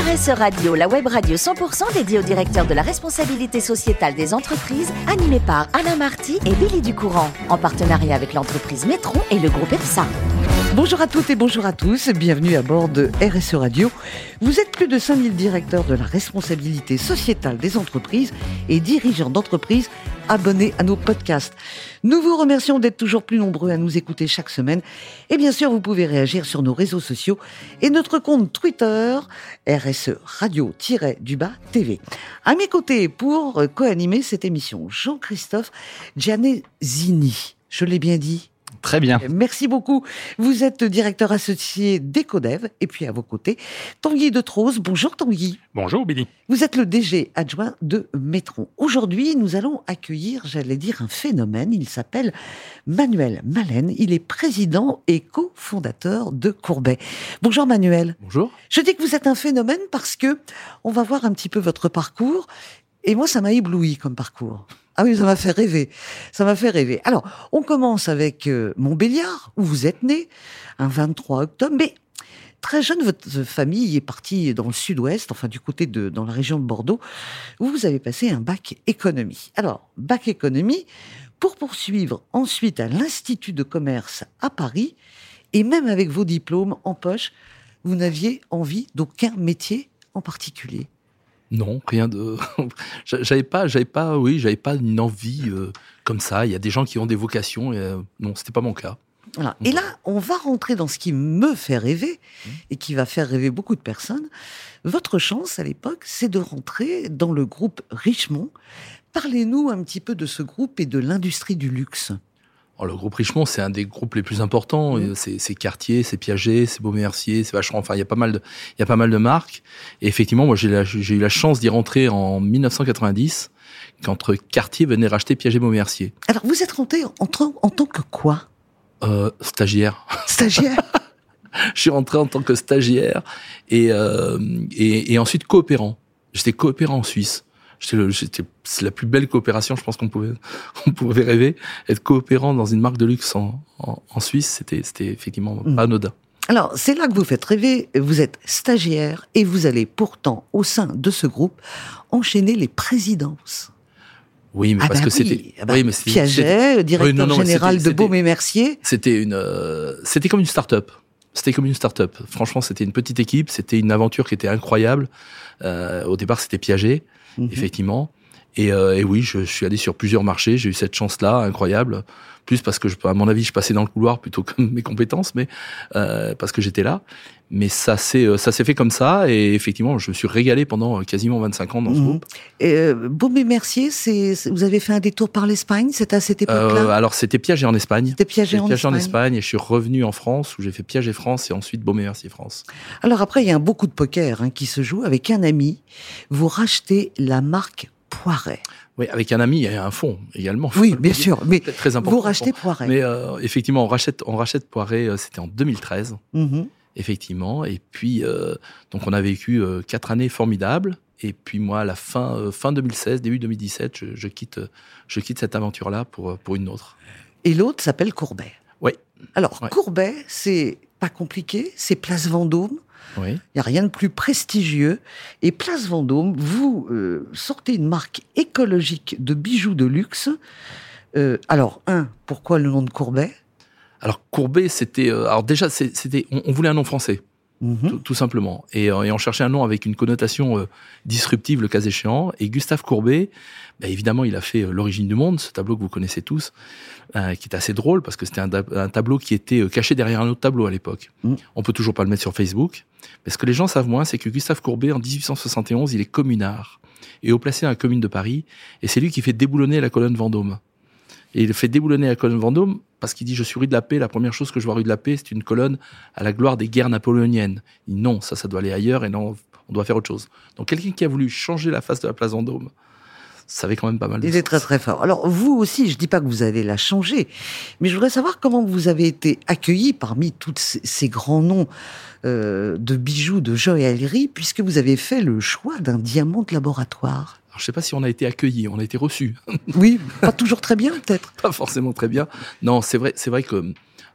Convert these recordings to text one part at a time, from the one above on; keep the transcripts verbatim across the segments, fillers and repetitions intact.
R S E Radio, la web radio cent pour cent dédiée au directeur de la responsabilité sociétale des entreprises, animée par Alain Marty et Billy Ducourant, en partenariat avec l'entreprise Metron et le groupe EPSA. Bonjour à toutes et bonjour à tous, bienvenue à bord de R S E Radio. Vous êtes plus de cinq mille directeurs de la responsabilité sociétale des entreprises et dirigeants d'entreprises abonnés à nos podcasts. Nous vous remercions d'être toujours plus nombreux à nous écouter chaque semaine. Et bien sûr, vous pouvez réagir sur nos réseaux sociaux et notre compte Twitter, R S E Radio-du-bas T V. À mes côtés, pour co-animer cette émission, Jean-Christophe Gianesini. Je l'ai bien dit ? Très bien. Merci beaucoup. Vous êtes directeur associé d'Ecodev et puis à vos côtés, Tanguy de Trose. Bonjour Tanguy. Bonjour Billy. Vous êtes le D G adjoint de Metron. Aujourd'hui, nous allons accueillir, j'allais dire, un phénomène. Il s'appelle Manuel Malène. Il est président et cofondateur de Courbet. Bonjour Manuel. Bonjour. Je dis que vous êtes un phénomène parce que on va voir un petit peu votre parcours. Et moi, ça m'a ébloui comme parcours. Ah oui, ça m'a fait rêver. Ça m'a fait rêver. Alors, on commence avec euh, Montbéliard, où vous êtes né, un vingt-trois octobre. Mais très jeune, votre famille est partie dans le sud-ouest, enfin du côté de, dans la région de Bordeaux, où vous avez passé un bac économie. Alors, bac économie, pour poursuivre ensuite à l'Institut de commerce à Paris, et même avec vos diplômes en poche, vous n'aviez envie d'aucun métier en particulier. Non, rien de. j'avais pas, j'avais pas, oui, j'avais pas une envie euh, comme ça. Il y a des gens qui ont des vocations. Et, euh, non, c'était pas mon cas. Voilà. Et là, on va rentrer dans ce qui me fait rêver et qui va faire rêver beaucoup de personnes. Votre chance à l'époque, c'est de rentrer dans le groupe Richemont. Parlez-nous un petit peu de ce groupe et de l'industrie du luxe. Alors, le groupe Richemont, c'est un des groupes les plus importants. Mmh. C'est, c'est Cartier, c'est Piaget, c'est Baume&Mercier, c'est Vacheron. Enfin, il y a pas mal de, il y a pas mal de marques. Et effectivement, moi, j'ai, la, j'ai eu la chance d'y rentrer en dix-neuf cent quatre-vingt-dix, quand Cartier venait racheter Piaget Baume&Mercier. Alors, vous êtes rentré en, en, en tant que quoi ? euh, Stagiaire. Stagiaire. Je suis rentré en tant que stagiaire et, euh, et, et ensuite coopérant. J'étais coopérant en Suisse. J'étais le, j'étais, c'est la plus belle coopération, je pense qu'on pouvait, on pouvait rêver. Être coopérant dans une marque de luxe en, en, en Suisse, c'était, c'était effectivement pas mmh. anodin. Alors, c'est là que vous faites rêver. Vous êtes stagiaire et vous allez pourtant, au sein de ce groupe, enchaîner les présidences. Oui, mais ah parce bah que oui. c'était, ah bah, oui, mais c'était, Piaget, c'était... directeur oui, non, non, c'était, général de c'était... Baume&Mercier. C'était une, euh, c'était comme une start-up. C'était comme une start-up. Franchement, c'était une petite équipe. C'était une aventure qui était incroyable. Euh, au départ, c'était Piaget, mmh. effectivement. Et, euh, et oui, je, je suis allé sur plusieurs marchés. J'ai eu cette chance-là, incroyable. Plus parce que, je, à mon avis, je passais dans le couloir plutôt que mes compétences, mais euh, parce que j'étais là. Mais ça s'est, ça s'est fait comme ça. Et effectivement, je me suis régalé pendant quasiment vingt-cinq ans dans ce mmh. groupe. Et euh, Baume&Mercier, c'est, c'est, vous avez fait un détour par l'Espagne, c'était à cette époque-là euh, Alors, c'était Piaget en Espagne. C'était Piaget, c'était en, Piaget Espagne. en Espagne. Et je suis revenu en France, où j'ai fait Piaget France et ensuite Baume&Mercier France. Alors après, il y a un beau coup de poker hein, qui se joue avec un ami. Vous rachetez la marque Poiret. Oui, avec un ami, il y a un fonds également. Oui, bien sûr, mais très important, vous rachetez Poiret. Mais euh, effectivement, on rachète, on rachète Poiret, euh, c'était en deux mille treize, mmh. effectivement. Et puis, euh, donc on a vécu euh, quatre années formidables. Et puis moi, à la fin, euh, fin deux mille seize, début deux mille dix-sept, je, je, quitte, je quitte cette aventure-là pour, pour une autre. Et l'autre s'appelle Courbet. Oui. Alors, ouais. Courbet, c'est pas compliqué, c'est Place Vendôme. Oui. Il n'y a rien de plus prestigieux. Et Place Vendôme, vous euh, sortez une marque écologique de bijoux de luxe. Euh, alors, un, pourquoi le nom de Courbet ? Alors, Courbet, c'était... Euh, alors déjà, c'était, on, on voulait un nom français, mmh. tout, tout simplement. Et, euh, et on cherchait un nom avec une connotation euh, disruptive, le cas échéant. Et Gustave Courbet, bah, évidemment, il a fait euh, L'origine du monde, ce tableau que vous connaissez tous, euh, qui est assez drôle, parce que c'était un, un tableau qui était euh, caché derrière un autre tableau à l'époque. Mmh. On peut toujours pas le mettre sur Facebook. Mais ce que les gens savent moins, c'est que Gustave Courbet, en dix-huit cent soixante et onze, il est communard. Et haut placé à la commune de Paris. Et c'est lui qui fait déboulonner la colonne Vendôme. Et il fait déboulonner la colonne Vendôme parce qu'il dit « Je suis rue de la Paix, la première chose que je vois rue de la Paix, c'est une colonne à la gloire des guerres napoléoniennes. » Il dit « Non, ça, ça doit aller ailleurs et non, on doit faire autre chose. » Donc quelqu'un qui a voulu changer la face de la place Vendôme, ça avait quand même pas mal de Il sens. est très très fort. Alors vous aussi, je dis pas que vous allez la changer, mais je voudrais savoir comment vous avez été accueilli parmi tous ces, ces grands noms euh, de bijoux, de joaillerie, puisque vous avez fait le choix d'un diamant de laboratoire. Alors, je sais pas si on a été accueillis, on a été reçus. Oui, pas toujours très bien peut-être. Pas forcément très bien. Non, c'est vrai, c'est vrai que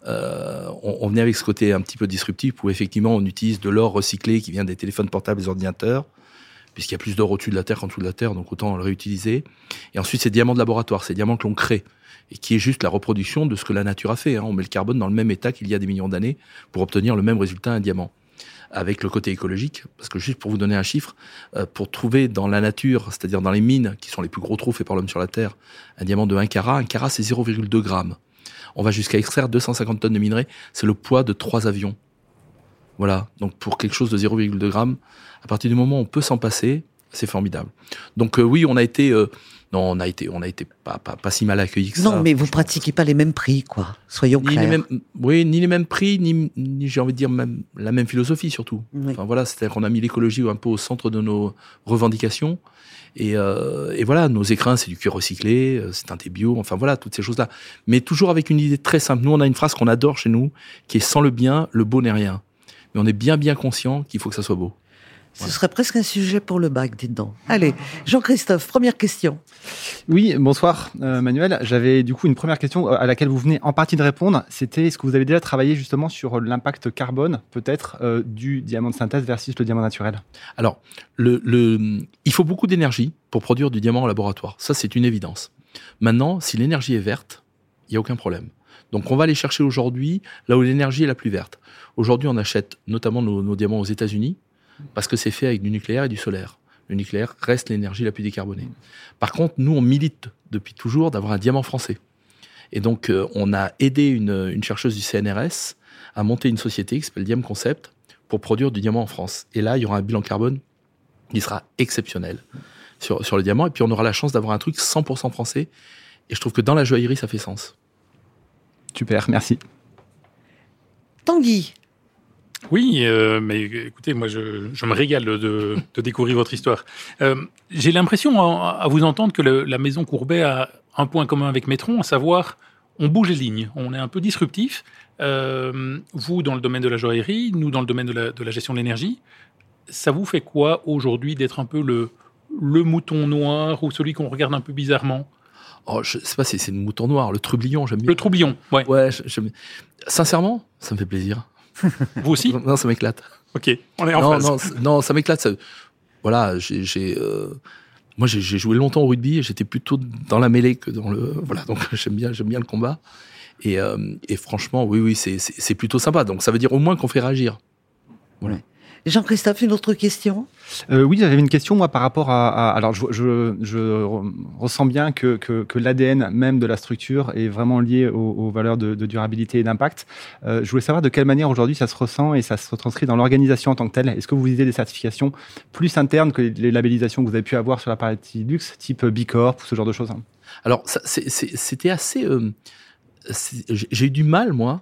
euh, on, on venait avec ce côté un petit peu disruptif où effectivement on utilise de l'or recyclé qui vient des téléphones portables, des ordinateurs, puisqu'il y a plus d'or au-dessus de la Terre qu'en dessous de la Terre, donc autant le réutiliser. Et ensuite, c'est diamants de laboratoire, c'est diamants que l'on crée, et qui est juste la reproduction de ce que la nature a fait. Hein. On met le carbone dans le même état qu'il y a des millions d'années pour obtenir le même résultat, un diamant. Avec le côté écologique, parce que juste pour vous donner un chiffre, euh, pour trouver dans la nature, c'est-à-dire dans les mines, qui sont les plus gros trous faits par l'homme sur la Terre, un diamant de un carat, un carat c'est zéro virgule deux grammes. On va jusqu'à extraire deux cent cinquante tonnes de minerai, c'est le poids de trois avions. Voilà, donc pour quelque chose de zéro virgule deux grammes, à partir du moment où on peut s'en passer, c'est formidable. Donc euh, oui, on a été... Euh, Non, on a été, on a été pas, pas, pas si mal accueillis que ça. Non, mais vous pratiquez pas les mêmes prix, quoi. Soyons ni clairs. Les mêmes, oui, ni les mêmes prix, ni, ni j'ai envie de dire même la même philosophie surtout. Oui. Enfin voilà, c'est-à-dire qu'on a mis l'écologie un peu au centre de nos revendications. Et, euh, et voilà, nos écrins, c'est du cuir recyclé, c'est un thé bio, enfin voilà, toutes ces choses-là. Mais toujours avec une idée très simple. Nous, on a une phrase qu'on adore chez nous, qui est « sans le bien, le beau n'est rien ». Mais on est bien, bien conscient qu'il faut que ça soit beau. Ce Voilà. serait presque un sujet pour le bac, dites donc. Allez, Jean-Christophe, première question. Oui, bonsoir euh, Manuel. J'avais du coup une première question à laquelle vous venez en partie de répondre. C'était est-ce que vous avez déjà travaillé justement sur l'impact carbone, peut-être, euh, du diamant de synthèse versus le diamant naturel ? Alors, le, le, il faut beaucoup d'énergie pour produire du diamant en laboratoire. Ça, c'est une évidence. Maintenant, si l'énergie est verte, il n'y a aucun problème. Donc, on va aller chercher aujourd'hui là où l'énergie est la plus verte. Aujourd'hui, on achète notamment nos, nos diamants aux États-Unis parce que c'est fait avec du nucléaire et du solaire. Le nucléaire reste l'énergie la plus décarbonée. Par contre, nous, on milite depuis toujours d'avoir un diamant français. Et donc, euh, on a aidé une, une chercheuse du C N R S à monter une société qui s'appelle Diam Concept pour produire du diamant en France. Et là, il y aura un bilan carbone qui sera exceptionnel sur, sur le diamant. Et puis, on aura la chance d'avoir un truc cent pour cent français. Et je trouve que dans la joaillerie, ça fait sens. Super, merci. Tanguy. Oui, euh, mais écoutez, moi je, je me régale de, de découvrir votre histoire. Euh, j'ai l'impression à, à vous entendre que le, la maison Courbet a un point commun avec Metron, à savoir on bouge les lignes, on est un peu disruptif. Euh, vous dans le domaine de la joaillerie, nous dans le domaine de la, de la gestion de l'énergie. Ça vous fait quoi aujourd'hui d'être un peu le, le mouton noir ou celui qu'on regarde un peu bizarrement ? Oh, je sais pas si c'est le mouton noir, le trublion, j'aime bien. Le troublion, ouais. Ouais, j'aime bien. Sincèrement, ça me fait plaisir. Vous aussi ? Non, ça m'éclate. Ok, on est en non, phase. Non, non, ça m'éclate. Ça... Voilà, j'ai, j'ai, euh... moi j'ai, j'ai joué longtemps au rugby et j'étais plutôt dans la mêlée que dans le. Voilà, donc j'aime bien, j'aime bien le combat. Et, euh, et franchement, oui, oui, c'est, c'est, c'est plutôt sympa. Donc ça veut dire au moins qu'on fait réagir. Voilà. Ouais. Jean-Christophe, une autre question ? euh, Oui, j'avais une question, moi, par rapport à... à alors, je, je, je ressens bien que, que, que l'A D N même de la structure est vraiment lié aux, aux valeurs de, de durabilité et d'impact. Euh, je voulais savoir de quelle manière, aujourd'hui, ça se ressent et ça se retranscrit dans l'organisation en tant que telle. Est-ce que vous visez des certifications plus internes que les labellisations que vous avez pu avoir sur la partie luxe, type B Corp ou ce genre de choses ? Alors, ça, c'est, c'est, c'était assez... Euh, c'est, j'ai eu du mal, moi,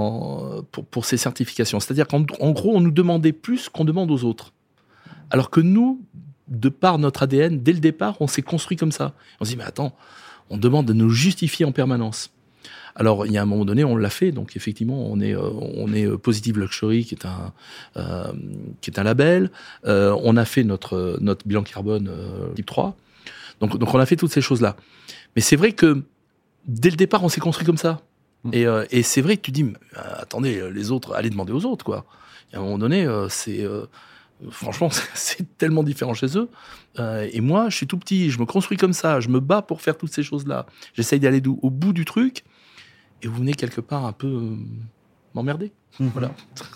En, pour, pour ces certifications. C'est-à-dire qu'en en gros, on nous demandait plus qu'on demande aux autres. Alors que nous, de par notre A D N, dès le départ, on s'est construit comme ça. On se dit, mais attends, on demande de nous justifier en permanence. Alors, il y a un moment donné, on l'a fait. Donc, effectivement, on est, on est Positive Luxury, qui est un, euh, qui est un label. Euh, on a fait notre, notre bilan carbone euh, type trois. Donc, donc, on a fait toutes ces choses-là. Mais c'est vrai que, dès le départ, on s'est construit comme ça. Et, euh, et c'est vrai que tu dis, euh, attendez, les autres, allez demander aux autres, quoi. Et à un moment donné, euh, c'est, euh, franchement, c'est, c'est tellement différent chez eux. Euh, et moi, je suis tout petit, je me construis comme ça, je me bats pour faire toutes ces choses-là. J'essaye d'aller do- au bout du truc, et vous venez quelque part un peu euh, m'emmerder. Mmh. Voilà.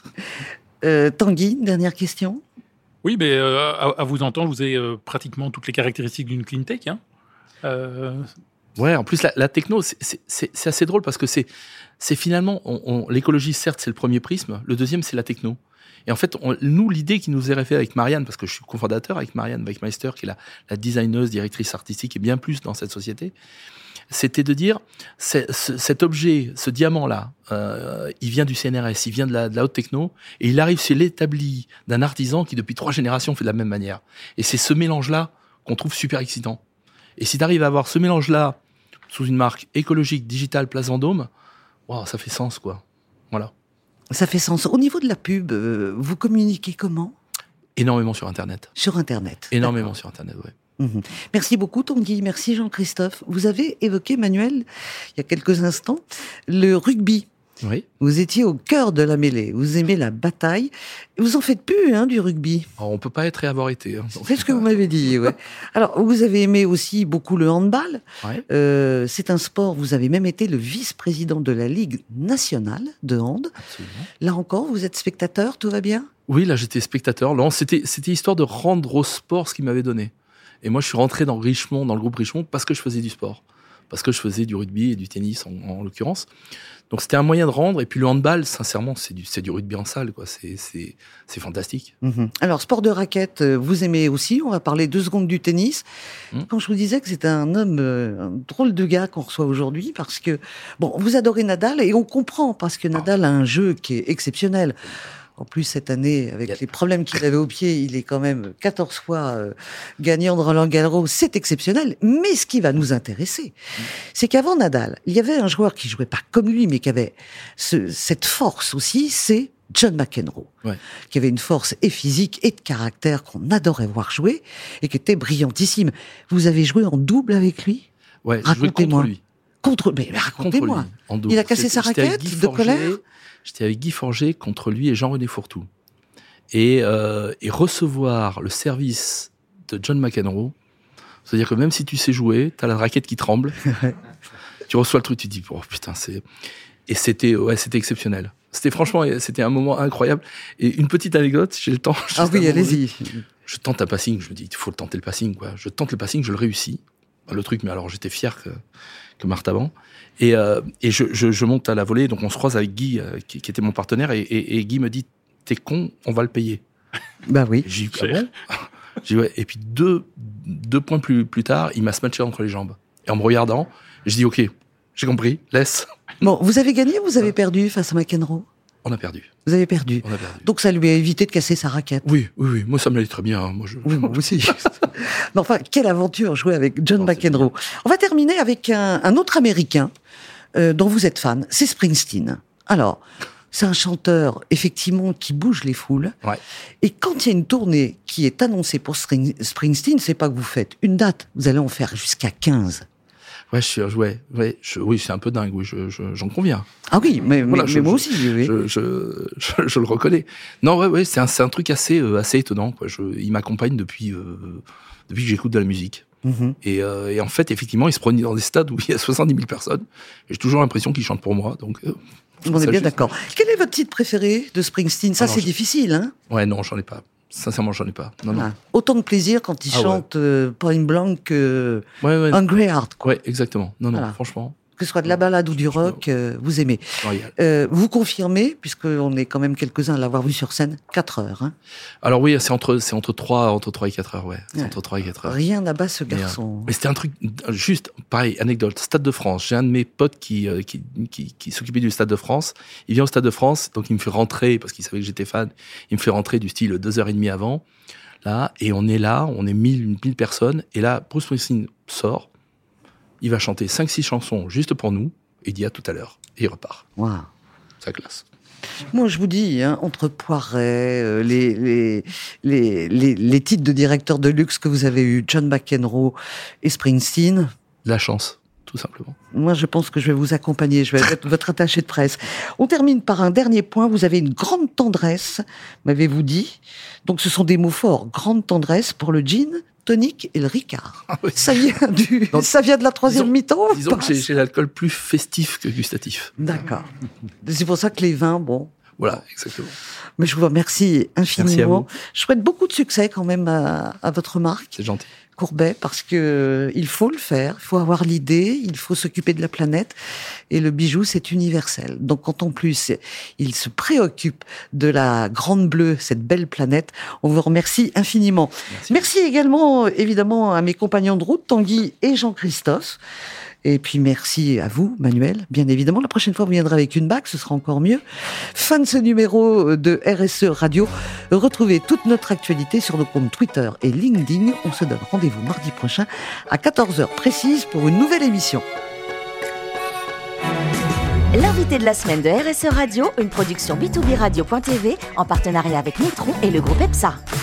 Euh, Tanguy, dernière question. Oui, mais euh, à, à vous entendre, vous avez euh, pratiquement toutes les caractéristiques d'une clean tech. Hein. Euh... Ouais, en plus, la, la techno, c'est, c'est, c'est, c'est assez drôle parce que c'est, c'est finalement, on, on, l'écologie, certes, c'est le premier prisme. Le deuxième, c'est la techno. Et en fait, on, nous, l'idée qui nous est référée avec Marianne, parce que je suis cofondateur avec Marianne Weichmeister, qui est la, la designeuse, directrice artistique et bien plus dans cette société, c'était de dire, c'est, ce, cet objet, ce diamant-là, euh, il vient du C N R S, il vient de la, de la haute techno, et il arrive sur l'établi d'un artisan qui, depuis trois générations, fait de la même manière. Et c'est ce mélange-là qu'on trouve super excitant. Et si tu arrives à avoir ce mélange-là sous une marque écologique, digitale, Place Vendôme, wow, ça fait sens, quoi. Voilà. Ça fait sens. Au niveau de la pub, euh, vous communiquez comment ? Énormément sur Internet. Sur Internet. Énormément D'accord. sur Internet, oui. Mmh. Merci beaucoup Tanguy, merci Jean-Christophe. Vous avez évoqué, Manuel, il y a quelques instants, le rugby. Oui. Vous étiez au cœur de la mêlée. Vous aimez la bataille. Vous en faites plus, hein, du rugby. Alors, on peut pas être et avoir été. Hein, c'est ce que vous m'avez dit, ouais. Alors, vous avez aimé aussi beaucoup le handball. Ouais. Euh, c'est un sport, vous avez même été le vice-président de la Ligue nationale de hand. Absolument. Là encore, vous êtes spectateur, tout va bien? Oui, là, j'étais spectateur. Non, c'était, c'était histoire de rendre au sport ce qu'il m'avait donné. Et moi, je suis rentré dans Richemont, dans le groupe Richemont, parce que je faisais du sport. Parce que je faisais du rugby et du tennis, en, en l'occurrence. Donc, c'était un moyen de rendre. Et puis, le handball, sincèrement, c'est du, c'est du rugby en salle, quoi. C'est, c'est, c'est fantastique. Mmh. Alors, sport de raquette, vous aimez aussi. On va parler deux secondes du tennis. Mmh. Quand je vous disais que c'était un homme, un drôle de gars qu'on reçoit aujourd'hui, parce que, bon, vous adorez Nadal, et on comprend, parce que Nadal a un jeu qui est exceptionnel. En plus, cette année, avec a... les problèmes qu'il avait au pied, il est quand même quatorze fois euh, gagnant de Roland-Garros. C'est exceptionnel. Mais ce qui va nous intéresser, mmh. c'est qu'avant Nadal, il y avait un joueur qui jouait pas comme lui, mais qui avait ce, cette force aussi, c'est John McEnroe, ouais. qui avait une force et physique et de caractère qu'on adorait voir jouer et qui était brillantissime. Vous avez joué en double avec lui? Ouais, racontez-moi. Contre lui. Contre, mais racontez-moi. Contre il a cassé sa raquette de colère? J'étais avec Guy Forget contre lui et Jean-René Fourtou. Et, euh, et recevoir le service de John McEnroe, c'est-à-dire que même si tu sais jouer, t'as la raquette qui tremble, tu reçois le truc, tu te dis, oh putain, c'est... Et c'était, ouais, c'était exceptionnel. C'était franchement, c'était un moment incroyable. Et une petite anecdote, si j'ai le temps. Ah oui, allez-y. Je tente un passing, je me dis, il faut tenter le passing, quoi. Je tente le passing, je le réussis. Le truc, mais alors j'étais fier que, que Martaban. Et, euh, et je, je, je monte à la volée, donc on se croise avec Guy, euh, qui, qui était mon partenaire, et, et, et Guy me dit, t'es con, on va le payer. Bah oui. J'ai dit, ah bon? J'ai dit, ouais. Et puis deux, deux points plus, plus tard, il m'a smatché entre les jambes. Et en me regardant, je dis, ok, j'ai compris, laisse. Bon, vous avez gagné ou vous avez perdu face à McEnroe? On a perdu. Vous avez perdu. On a perdu. Donc ça lui a évité de casser sa raquette. Oui, oui, oui. Moi, ça me l'allait très bien. Moi, je... Oui, moi aussi. Mais enfin, quelle aventure jouer avec John non, McEnroe. On va terminer avec un, un autre Américain euh, dont vous êtes fan, c'est Springsteen. Alors, c'est un chanteur, effectivement, qui bouge les foules. Ouais. Et quand il y a une tournée qui est annoncée pour Springsteen, c'est pas que vous faites une date, vous allez en faire jusqu'à quinze. Ouais, je suis, ouais, ouais, je, oui, c'est un peu dingue, oui, je, je, j'en conviens. Ah oui, mais, voilà, mais, je, mais moi je, aussi, oui. Je, je, je, je le reconnais. Non, ouais, ouais, c'est un, c'est un truc assez, euh, assez étonnant, quoi. Je, il m'accompagne depuis, euh, depuis que j'écoute de la musique. Mm-hmm. Et, euh, et en fait, effectivement, il se produit dans des stades où il y a soixante-dix mille personnes. Et j'ai toujours l'impression qu'il chante pour moi, donc. Euh, On est bien juste... d'accord. Quel est votre titre préféré de Springsteen? Ça, ah non, c'est je... difficile, hein? Ouais, non, j'en ai pas. Sincèrement, j'en ai pas. Non, non. Ah, autant de plaisir quand il ah, chante ouais. euh, Point Blank que ouais, ouais. Hungry Heart. Ouais, exactement. Non, non, voilà. Franchement. Que ce soit de la balade ou du rock, euh, vous aimez. Euh, vous confirmez, puisqu'on est quand même quelques-uns à l'avoir vu sur scène, quatre heures. Hein. Alors oui, c'est entre, c'est entre trois, entre trois et quatre heures, ouais. C'est ouais. entre trois et quatre heures. Rien n'abat ce garçon. Mais, euh, mais c'était un truc, juste, pareil, anecdote, Stade de France. J'ai un de mes potes qui, euh, qui, qui, qui s'occupait du Stade de France. Il vient au Stade de France, donc il me fait rentrer, parce qu'il savait que j'étais fan, il me fait rentrer du style deux heures et demie avant. Là, et on est là, on est mille, mille personnes, et là, Bruce Springsteen sort, il va chanter cinq six chansons juste pour nous, et il dit à tout à l'heure, et il repart. Wow. Ça classe. Moi, je vous dis, hein, entre Poiret, euh, les, les, les, les, les titres de directeur de luxe que vous avez eu, John McEnroe et Springsteen. La chance, tout simplement. Moi, je pense que je vais vous accompagner, je vais être votre attaché de presse. On termine par un dernier point. Vous avez une grande tendresse, m'avez-vous dit. Donc, ce sont des mots forts. Grande tendresse pour le gin, tonic et le Ricard. Ah oui. Ça vient du, Donc, ça vient de la troisième disons, mi-temps. Disons que j'ai, j'ai l'alcool plus festif que gustatif. D'accord. C'est pour ça que les vins, bon. Voilà, exactement. Mais je vous remercie infiniment. Merci à vous. Je souhaite beaucoup de succès quand même à, à votre marque. C'est gentil. Courbet, parce que il faut le faire, il faut avoir l'idée, il faut s'occuper de la planète, et le bijou, c'est universel. Donc, quand en plus, il se préoccupe de la grande bleue, cette belle planète, on vous remercie infiniment. Merci, Merci également, évidemment, à mes compagnons de route, Tanguy et Jean-Christophe. Et puis merci à vous, Manuel, bien évidemment. La prochaine fois, vous viendrez avec une bague, ce sera encore mieux. Fin de ce numéro de R S E Radio. Retrouvez toute notre actualité sur nos comptes Twitter et LinkedIn. On se donne rendez-vous mardi prochain à quatorze heures précise pour une nouvelle émission. L'invité de la semaine de R S E Radio, une production B deux B radio point T V en partenariat avec Metron et le groupe E P S A.